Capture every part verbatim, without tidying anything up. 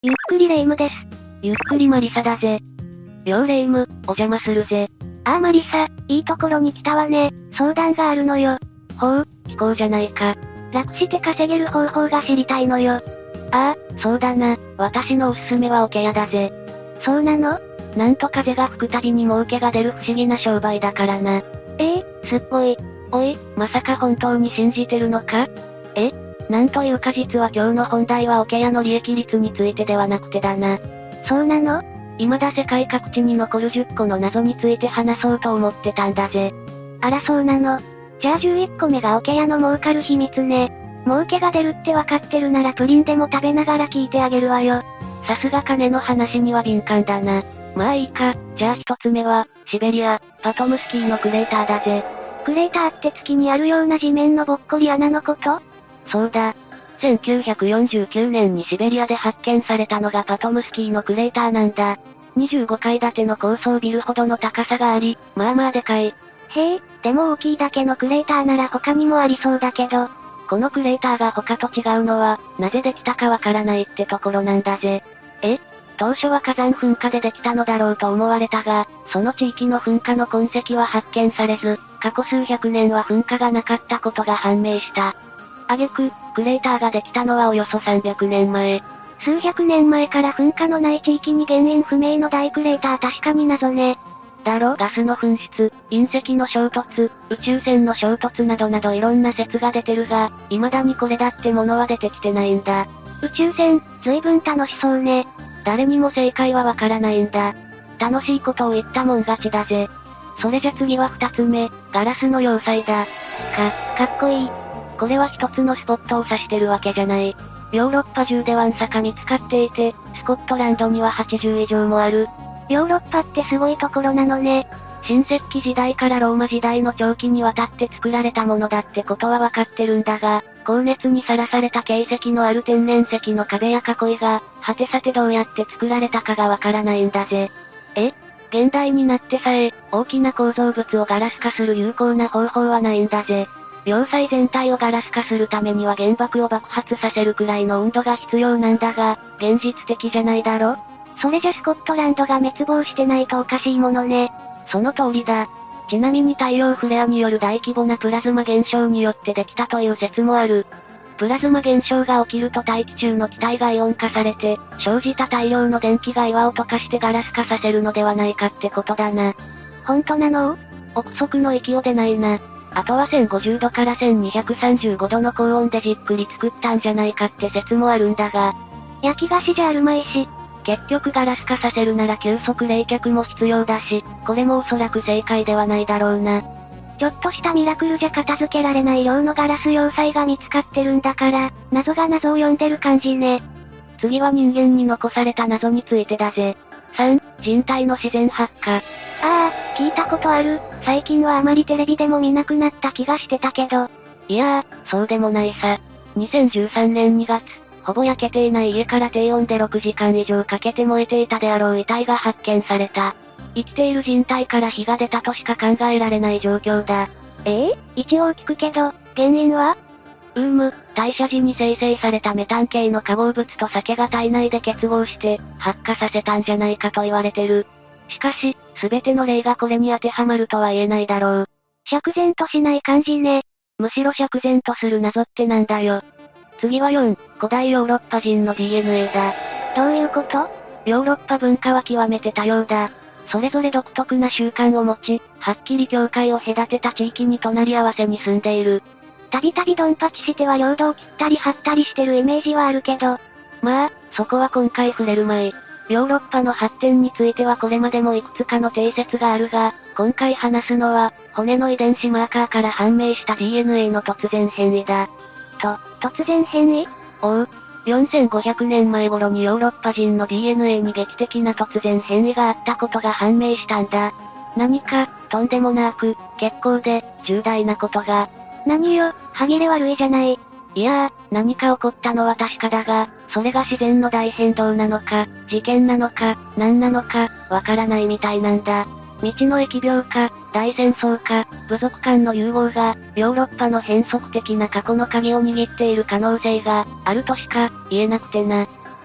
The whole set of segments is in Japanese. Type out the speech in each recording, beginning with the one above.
ゆっくりレ夢ムです。 ゆっくりマリサだぜ。ようレ夢ム、お邪魔するぜ。 ああマリサ、いいところに来たわね。相談があるのよ。 ほう、聞こうじゃないか。 楽して稼げる方法が知りたいのよ。 ああ、そうだな。私のおすすめは桶屋だぜ。 そうなの？ なんと風が吹くたびに儲けが出る不思議な商売だからな。 ええ、すっごい。 おい、まさか本当に信じてるのか？え？なんというか実は今日の本題は桶屋の利益率についてではなくてだな。 そうなの？ 未だ世界各地に残るじゅっこの謎について話そうと思ってたんだぜ。 あらそうなの。じゃあじゅういっこめが桶屋の儲かる秘密ね。儲けが出るってわかってるならプリンでも食べながら聞いてあげるわよ。 さすが金の話には敏感だな。まあいいか、じゃあ一つ目は、シベリア、パトムスキーのクレーターだぜ。 クレーターって月にあるような地面のぼっこり穴のこと？ そうだ。せんきゅうひゃくよんじゅうきゅうねんにシベリアで発見されたのがパトムスキーのクレーターなんだ。にじゅうごかい建ての高層ビルほどの高さがあり、まあまあでかい。 へえ、でも大きいだけのクレーターなら他にもありそうだけど。 このクレーターが他と違うのは、なぜできたかわからないってところなんだぜ。え？当初は火山噴火でできたのだろうと思われたが、その地域の噴火の痕跡は発見されず、過去数百年は噴火がなかったことが判明した。挙句、クレーターができたのはおよそさんびゃくねんまえ。 数百年前から噴火のない地域に原因不明の大クレーター確かに謎ね。 だろ？ガスの噴出、隕石の衝突、宇宙船の衝突などなどいろんな説が出てるが、未だにこれだってものは出てきてないんだ。 宇宙船、随分楽しそうね。 誰にも正解はわからないんだ。楽しいことを言ったもん勝ちだぜ。それじゃ次は二つ目、ガラスの要塞だ。 か、かっこいい。 これは一つのスポットを指してるわけじゃない。ヨーロッパ中でわんさか見つかっていて、スコットランドにははちじゅういじょうもある。 ヨーロッパってすごいところなのね。 新石器時代からローマ時代の長期にわたって作られたものだってことはわかってるんだが、高熱にさらされた形跡のある天然石の壁や囲いが、はてさてどうやって作られたかがわからないんだぜ。え？現代になってさえ、大きな構造物をガラス化する有効な方法はないんだぜ。要塞全体をガラス化するためには原爆を爆発させるくらいの温度が必要なんだが、現実的じゃないだろ？ それじゃスコットランドが滅亡してないとおかしいものね。 その通りだ。ちなみに太陽フレアによる大規模なプラズマ現象によってできたという説もある。プラズマ現象が起きると大気中の気体がイオン化されて、生じた大量の電気が岩を溶かしてガラス化させるのではないかってことだな。 ほんとなの？ 憶測の域を出ないな。あとはせんごじゅうどからせんにひゃくさんじゅうごどの高温でじっくり作ったんじゃないかって説もあるんだが。 焼き菓子じゃあるまいし。 結局ガラス化させるなら急速冷却も必要だし、これもおそらく正解ではないだろうな。 ちょっとしたミラクルじゃ片付けられない量のガラス要塞が見つかってるんだから、謎が謎を呼んでる感じね。 次は人間に残された謎についてだぜ。さん、人体の自然発火。 ああ、聞いたことある。最近はあまりテレビでも見なくなった気がしてたけど。 いやー、そうでもないさ。にせんじゅうさんねんにがつ、ほぼ焼けていない家から低温でろくじかん以上かけて燃えていたであろう遺体が発見された。生きている人体から火が出たとしか考えられない状況だ。 ええー、一応聞くけど、原因は？ うーむ、代謝時に生成されたメタン系の化合物と酒が体内で結合して、発火させたんじゃないかと言われてる。しかし、すべての例がこれに当てはまるとは言えないだろう。 釈然としない感じね。 むしろ釈然とする謎ってなんだよ。次はよん、古代ヨーロッパ人の ディーエヌエー だ。 どういうこと？ ヨーロッパ文化は極めて多様だ。それぞれ独特な習慣を持ち、はっきり境界を隔てた地域に隣り合わせに住んでいる。 たびたびドンパチしては領土を切ったり張ったりしてるイメージはあるけど。 まあ、そこは今回触れるまい。ヨーロッパの発展についてはこれまでもいくつかの定説があるが、今回話すのは、骨の遺伝子マーカーから判明した ディーエヌエー の突然変異だ。 と、突然変異？ おう。よんせんごひゃくねんまえ頃にヨーロッパ人の ディーエヌエー に劇的な突然変異があったことが判明したんだ。何か、とんでもなく、結構で、重大なことが。 何よ、歯切れ悪いじゃない。 いやー、何か起こったのは確かだが、それが自然の大変動なのか、事件なのか、何なのか、わからないみたいなんだ。未知の疫病か、大戦争か、部族間の融合が、ヨーロッパの変則的な過去の鍵を握っている可能性が、あるとしか、言えなくてな。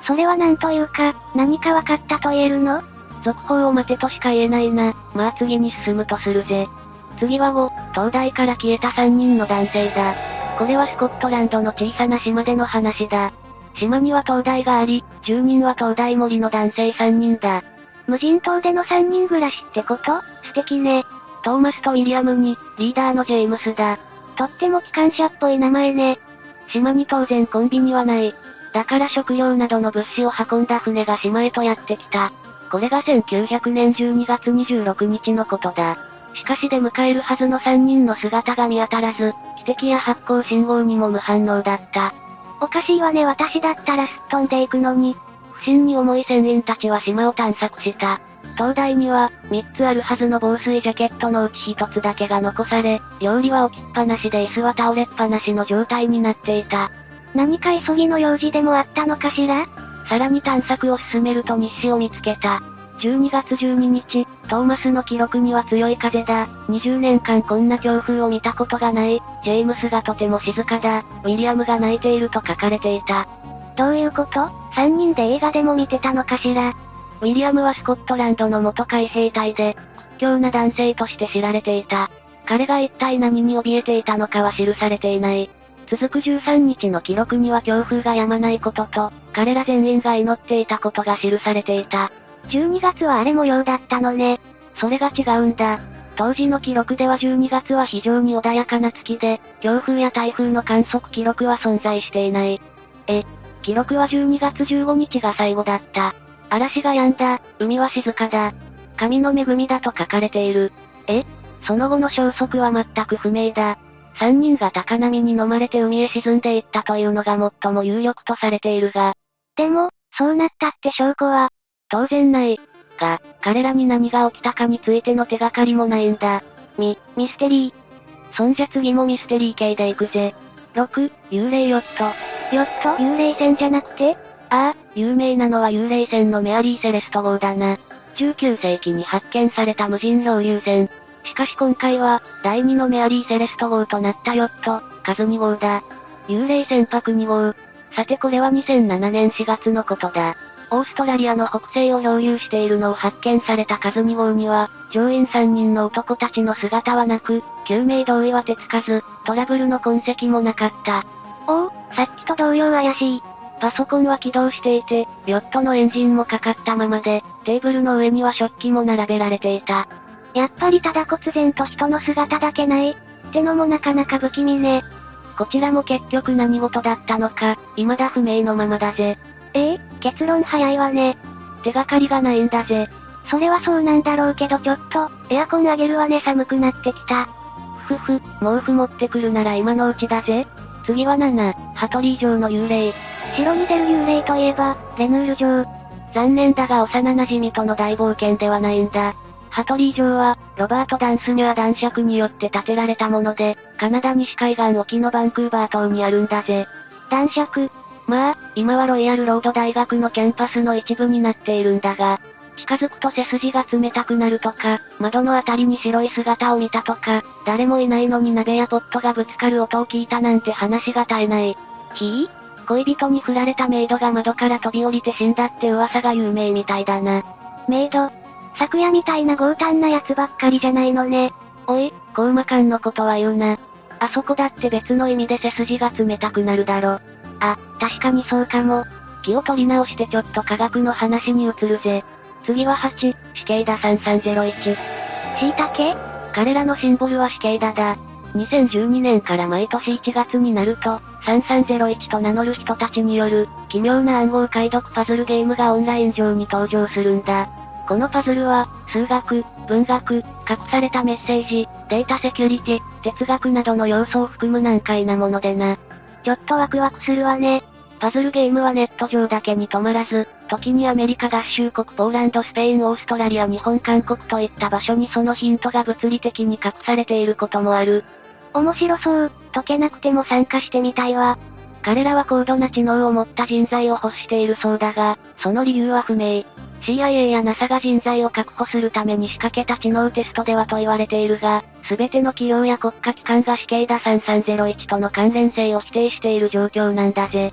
それはなんというか、何かわかったと言えるの？ 続報を待てとしか言えないな。まあ次に進むとするぜ。次はご、東大から消えたさんにんの男性だ。これはスコットランドの小さな島での話だ。島には灯台があり、住人は灯台森の男性さんにんだ。 無人島でのさんにん暮らしってこと？素敵ね。 トーマスとウィリアムに、リーダーのジェームスだ。 とっても機関車っぽい名前ね。 島に当然コンビニはない。だから食料などの物資を運んだ船が島へとやってきた。これがせんきゅうひゃくねんじゅうにがつにじゅうろくにちのことだ。しかし出迎えるはずのさんにんの姿が見当たらず、汽笛や発光信号にも無反応だった。 おかしいわね、私だったらすっ飛んでいくのに。 不審に思い船員たちは島を探索した。灯台には、みっつあるはずの防水ジャケットのうちひとつだけが残され、料理は置きっぱなしで椅子は倒れっぱなしの状態になっていた。 何か急ぎの用事でもあったのかしら？ さらに探索を進めると日誌を見つけた。じゅうにがつじゅうににち、トーマスの記録には強い風だ。にじゅうねんかんこんな強風を見たことがない。ジェームスがとても静かだ。ウィリアムが泣いていると書かれていた。 どういうこと？ さん 人で映画でも見てたのかしら？ ウィリアムはスコットランドの元海兵隊で、屈強な男性として知られていた。彼が一体何に怯えていたのかは記されていない。続くじゅうさんにちの記録には強風が止まないことと、彼ら全員が祈っていたことが記されていた。 じゅうにがつは荒れ模様だったのね。 それが違うんだ。当時の記録ではじゅうにがつは非常に穏やかな月で、強風や台風の観測記録は存在していない。え、記録はじゅうにがつじゅうごにちが最後だった。嵐が止んだ、海は静かだ。神の恵みだと書かれている。え？その後の消息は全く不明だ。さんにんが高波に飲まれて海へ沈んでいったというのが最も有力とされているが。 でも、そうなったって証拠は、 当然ない。が、彼らに何が起きたかについての手がかりもないんだ。 ミ、ミステリー。 そんじゃ次もミステリー系で行くぜ。ろく、幽霊ヨット。 ヨット？幽霊船じゃなくて？ ああ、有名なのは幽霊船のメアリー・セレスト号だな。じゅうきゅうせいきに発見された無人漂流船。しかし今回は、だいにのメアリー・セレスト号となったヨット、数にごうだ。幽霊船舶にごう。さてこれはにせんななねんしがつのことだ。オーストラリアの北西を漂流しているのを発見された数にごうには、乗員さんにんの男たちの姿はなく、救命胴衣は手つかず、トラブルの痕跡もなかった。 おお、さっきと同様怪しい。 パソコンは起動していて、ヨットのエンジンもかかったままで、テーブルの上には食器も並べられていた。 やっぱりただ忽然と人の姿だけない。ってのもなかなか不気味ね。 こちらも結局何事だったのか、未だ不明のままだぜ。 ええ、結論早いわね。 手がかりがないんだぜ。 それはそうなんだろうけどちょっと、エアコンあげるわね、寒くなってきた。 ふふ、毛布持ってくるなら今のうちだぜ。次はなな、ハトリー城の幽霊。 城に出る幽霊といえば、レヌール城。 残念だが幼馴染との大冒険ではないんだ。ハトリー城は、ロバート・ダンスミュア男爵によって建てられたもので、カナダ西海岸沖のバンクーバー島にあるんだぜ。 男爵。 まあ、今はロイヤルロード大学のキャンパスの一部になっているんだが、近づくと背筋が冷たくなるとか、窓のあたりに白い姿を見たとか、誰もいないのに鍋やポットがぶつかる音を聞いたなんて話が絶えない。 ひぃ？ 恋人に振られたメイドが窓から飛び降りて死んだって噂が有名みたいだな。 メイド？昨夜みたいな強胆な奴ばっかりじゃないのね。 おい、コウマ感のことは言うな。あそこだって別の意味で背筋が冷たくなるだろ。あ、確かにそうかも。気を取り直してちょっと科学の話に移るぜ。次ははち、シケイダさんさんゼロいち。 シイタケ？ 彼らのシンボルはシケイダだ。にせんじゅうにねんから毎年いちがつになると、さんさんゼロいちと名乗る人たちによる、奇妙な暗号解読パズルゲームがオンライン上に登場するんだ。このパズルは、数学、文学、隠されたメッセージ、データセキュリティ、哲学などの要素を含む難解なものでな。 ちょっとワクワクするわね。 パズルゲームはネット上だけに止まらず、時にアメリカ合衆国ポーランドスペインオーストラリア日本韓国といった場所にそのヒントが物理的に隠されていることもある。 面白そう、解けなくても参加してみたいわ。 彼らは高度な知能を持った人材を欲しているそうだが、その理由は不明。シーアイエー や ナサ が人材を確保するために仕掛けた知能テストではと言われているが、すべての企業や国家機関がシケイダさんさんゼロいちとの関連性を否定している状況なんだぜ。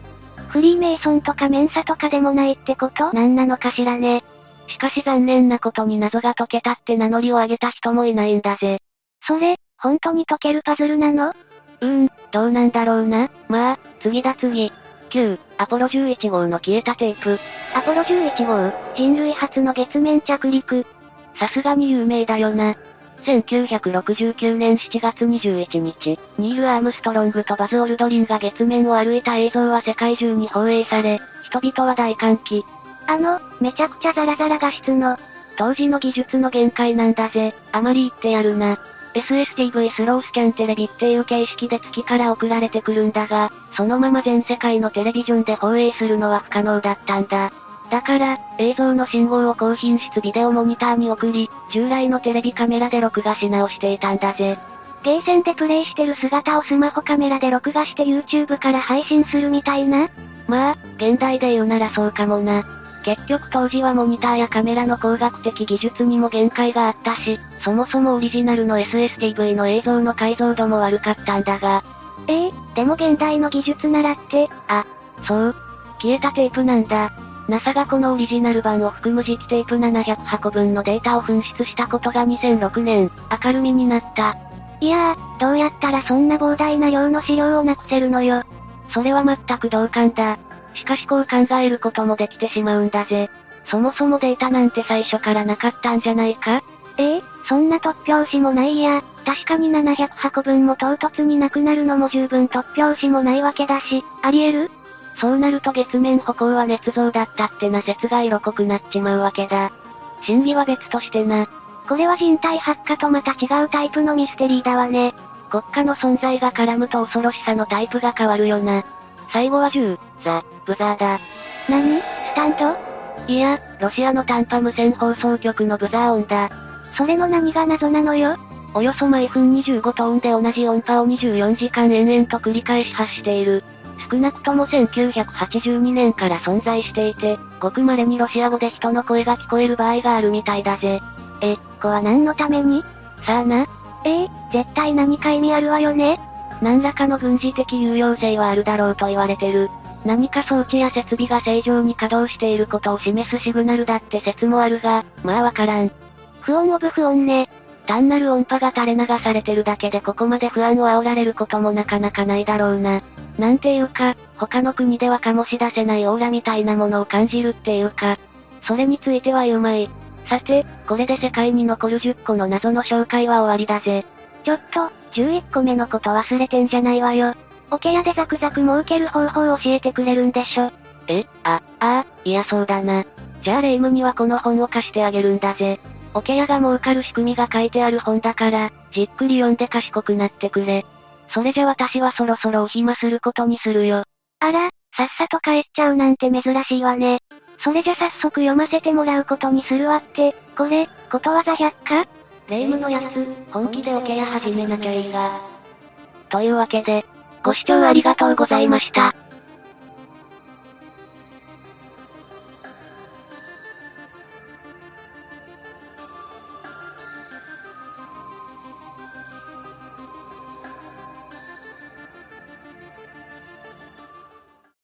フリーメイソンとかメンサとかでもないってこと？なんなのかしらね。 しかし残念なことに謎が解けたって名乗りを上げた人もいないんだぜ。 それ、本当に解けるパズルなの？ うーん、どうなんだろうな。まあ、次だ次。きゅう、アポロじゅういち号の消えたテープ。 アポロじゅういち号、人類初の月面着陸。 さすがに有名だよな。せんきゅうひゃくろくじゅうきゅうねんしちがつにじゅういちにち、ニール・アームストロングとバズ・オルドリンが月面を歩いた映像は世界中に放映され、人々は大歓喜。 あの、めちゃくちゃザラザラ画質の、 当時の技術の限界なんだぜ、あまり言ってやるな。エスエスティーブイ スロースキャンテレビっていう形式で月から送られてくるんだが、そのまま全世界のテレビジョンで放映するのは不可能だったんだ。だから、映像の信号を高品質ビデオモニターに送り、従来のテレビカメラで録画し直していたんだぜ。 ゲーセンでプレイしてる姿をスマホカメラで録画して YouTube から配信するみたいな？ まあ、現代で言うならそうかもな。結局当時はモニターやカメラの工学的技術にも限界があったし、そもそもオリジナルの エスエスティーブイ の映像の解像度も悪かったんだが。 ええー、でも現代の技術ならって、 あ、そう。消えたテープなんだ。ナサ がこのオリジナル版を含む磁気テープななひゃくはこぶんのデータを紛失したことがにせんろくねん、明るみになった。 いやー、どうやったらそんな膨大な量の資料をなくせるのよ。 それは全く同感だ。しかしこう考えることもできてしまうんだぜ。そもそもデータなんて最初からなかったんじゃないか？ ええー、そんな突拍子もないや。確かにななひゃくはこぶんも唐突になくなるのも十分突拍子もないわけだし、あり得る？ そうなると月面歩行は捏造だったってな説が色濃くなっちまうわけだ。真偽は別としてな。 これは人体発火とまた違うタイプのミステリーだわね。 国家の存在が絡むと恐ろしさのタイプが変わるよな。最後はじゅう、ザ・ブザーだ。 何？スタンド？ いや、ロシアの短波無線放送局のブザー音だ。 それの何が謎なのよ？ およそ毎分にじゅうごトーンで同じ音波をにじゅうよじかん延々と繰り返し発している。少なくともせんきゅうひゃくはちじゅうにねんから存在していて、ごく稀にロシア語で人の声が聞こえる場合があるみたいだぜ。 え、こは何のために？ さあな。 ええー、絶対何か意味あるわよね？ 何らかの軍事的有用性はあるだろうと言われてる。何か装置や設備が正常に稼働していることを示すシグナルだって説もあるが、まあわからん。 不穏オブ不穏ね。 単なる音波が垂れ流されてるだけでここまで不安を煽られることもなかなかないだろうな。なんていうか、他の国では醸し出せないオーラみたいなものを感じるっていうか、それについては言うまい。さて、これで世界に残るじゅっこの謎の紹介は終わりだぜ。 ちょっと、じゅういっこめのこと忘れてんじゃないわよ。オケアでザクザク儲ける方法を教えてくれるんでしょ。 え、あ、ああ、いやそうだな。じゃあレイムにはこの本を貸してあげるんだぜ。オケアが儲かる仕組みが書いてある本だから、じっくり読んで賢くなってくれ。それじゃ私はそろそろお暇することにするよ。 あら、さっさと帰っちゃうなんて珍しいわね。それじゃ早速読ませてもらうことにするわって、これ、ことわざ百科？ レイムのやつ、本気でオケア始めなきゃいいが。というわけで、ご視聴ありがとうございました。